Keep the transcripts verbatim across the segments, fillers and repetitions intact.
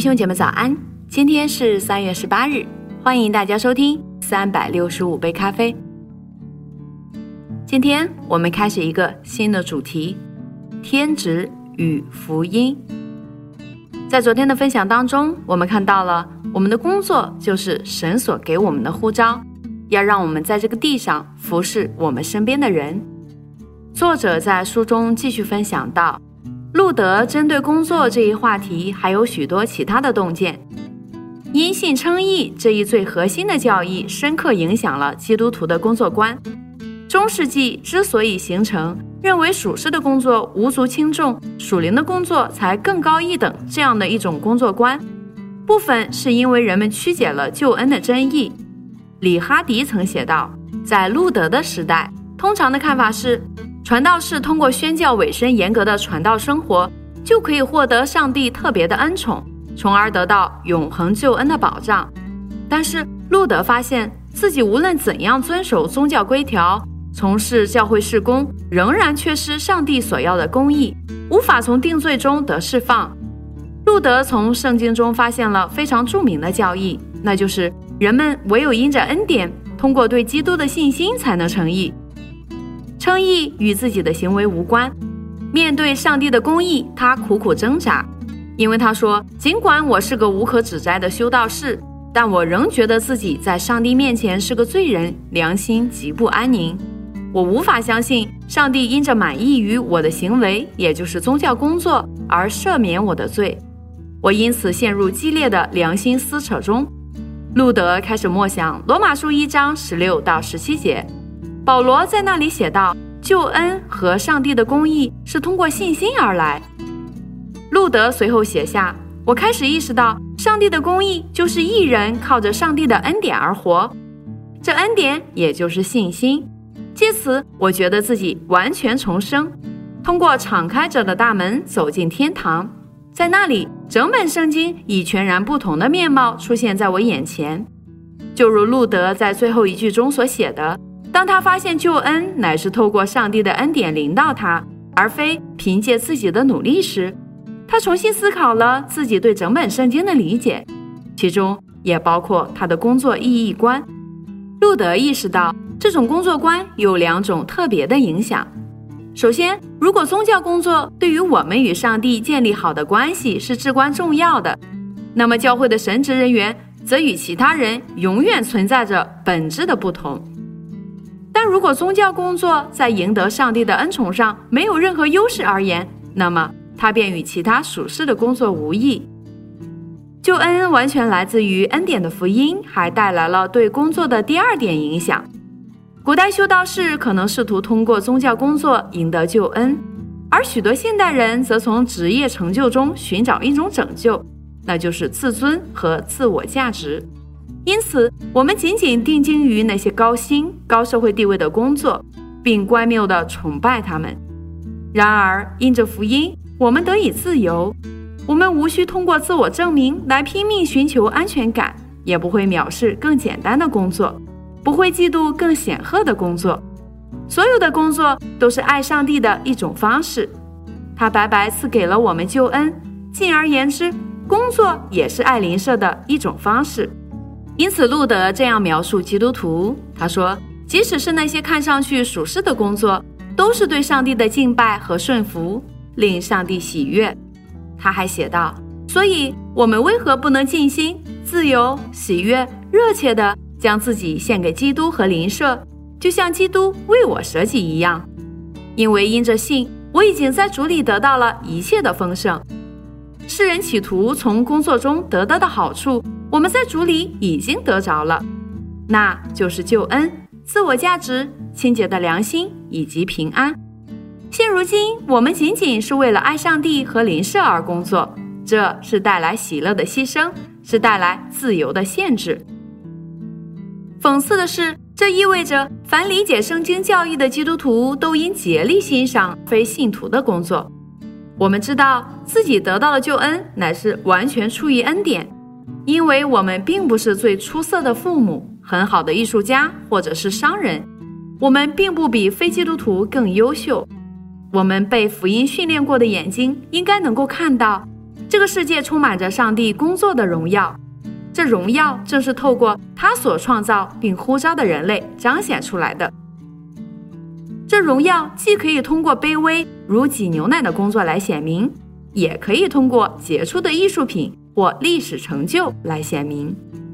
兄姐妹早安，今天是三月十八日，欢迎大家收听三百六十五杯咖啡。今天我们开始一个新的主题，天职与福音。在昨天的分享当中，我们看到了我们的工作就是神所给我们的呼召，要让我们在这个地上服侍我们身边的人。作者在书中继续分享到，路德针对工作这一话题还有许多其他的洞见。因信称义这一最核心的教义深刻影响了基督徒的工作观。中世纪之所以形成认为属世的工作无足轻重，属灵的工作才更高一等这样的一种工作观，部分是因为人们曲解了救恩的真意。李哈迪曾写道，在路德的时代，通常的看法是传道士通过宣教委身严格的传道生活，就可以获得上帝特别的恩宠，从而得到永恒救恩的保障。但是路德发现自己无论怎样遵守宗教规条，从事教会事工，仍然缺失上帝所要的公义，无法从定罪中得释放。路德从圣经中发现了非常著名的教义，那就是人们唯有因着恩典，通过对基督的信心才能称义。称义与自己的行为无关，面对上帝的公义，他苦苦挣扎，因为他说，尽管我是个无可指摘的修道士，但我仍觉得自己在上帝面前是个罪人，良心极不安宁。我无法相信上帝因着满意于我的行为，也就是宗教工作，而赦免我的罪。我因此陷入激烈的良心撕扯中。路德开始默想罗马书一章十六到十七节，保罗在那里写道，救恩和上帝的公义是通过信心而来。路德随后写下，我开始意识到上帝的公义就是义人靠着上帝的恩典而活，这恩典也就是信心。借此我觉得自己完全重生，通过敞开着的大门走进天堂，在那里整本圣经以全然不同的面貌出现在我眼前。就如路德在最后一句中所写的，当他发现救恩乃是透过上帝的恩典临到他，而非凭借自己的努力时，他重新思考了自己对整本圣经的理解，其中也包括他的工作意义观。路德意识到这种工作观有两种特别的影响。首先，如果宗教工作对于我们与上帝建立好的关系是至关重要的，那么教会的神职人员则与其他人永远存在着本质的不同。但如果宗教工作在赢得上帝的恩宠上没有任何优势而言，那么它便与其他属世的工作无异。救恩完全来自于恩典的福音，还带来了对工作的第二点影响。古代修道士可能试图通过宗教工作赢得救恩，而许多现代人则从职业成就中寻找一种拯救，那就是自尊和自我价值。因此我们仅仅定睛于那些高薪高社会地位的工作，并乖谬地崇拜他们。然而因着福音，我们得以自由，我们无需通过自我证明来拼命寻求安全感，也不会藐视更简单的工作，不会嫉妒更显赫的工作。所有的工作都是爱上帝的一种方式，他白白赐给了我们救恩，进而言之，工作也是爱邻舍的一种方式。因此路德这样描述基督徒，他说，即使是那些看上去属世的工作，都是对上帝的敬拜和顺服，令上帝喜悦。他还写道，所以我们为何不能尽心、自由、喜悦、热切地将自己献给基督和邻舍，就像基督为我舍己一样？因为因着信，我已经在主里得到了一切的丰盛。世人企图从工作中得到的好处，我们在主里已经得着了，那就是救恩、自我价值、清洁的良心以及平安。现如今我们仅仅是为了爱上帝和邻舍而工作，这是带来喜乐的牺牲，是带来自由的限制。讽刺的是，这意味着凡理解圣经教义的基督徒都应竭力欣赏非信徒的工作。我们知道自己得到的救恩乃是完全出于恩典，因为我们并不是最出色的父母、很好的艺术家或者是商人，我们并不比非基督徒更优秀。我们被福音训练过的眼睛应该能够看到， 这个世界充满着上帝工作的荣耀，这荣耀正是透过他所创造并呼召的人类彰显出来的。这荣耀既可以通过卑微如挤牛奶的工作来显明，也可以通过杰出的艺术品或历史成就来显明。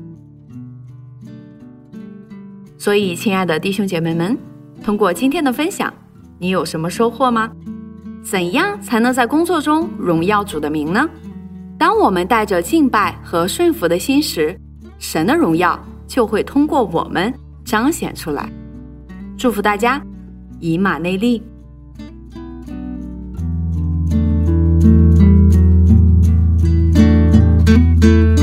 所以亲爱的弟兄姐妹们，通过今天的分享，你有什么收获吗？怎样才能在工作中荣耀主的名呢？当我们带着敬拜和顺服的心时，神的荣耀就会通过我们彰显出来。祝福大家，以马内利。 thank you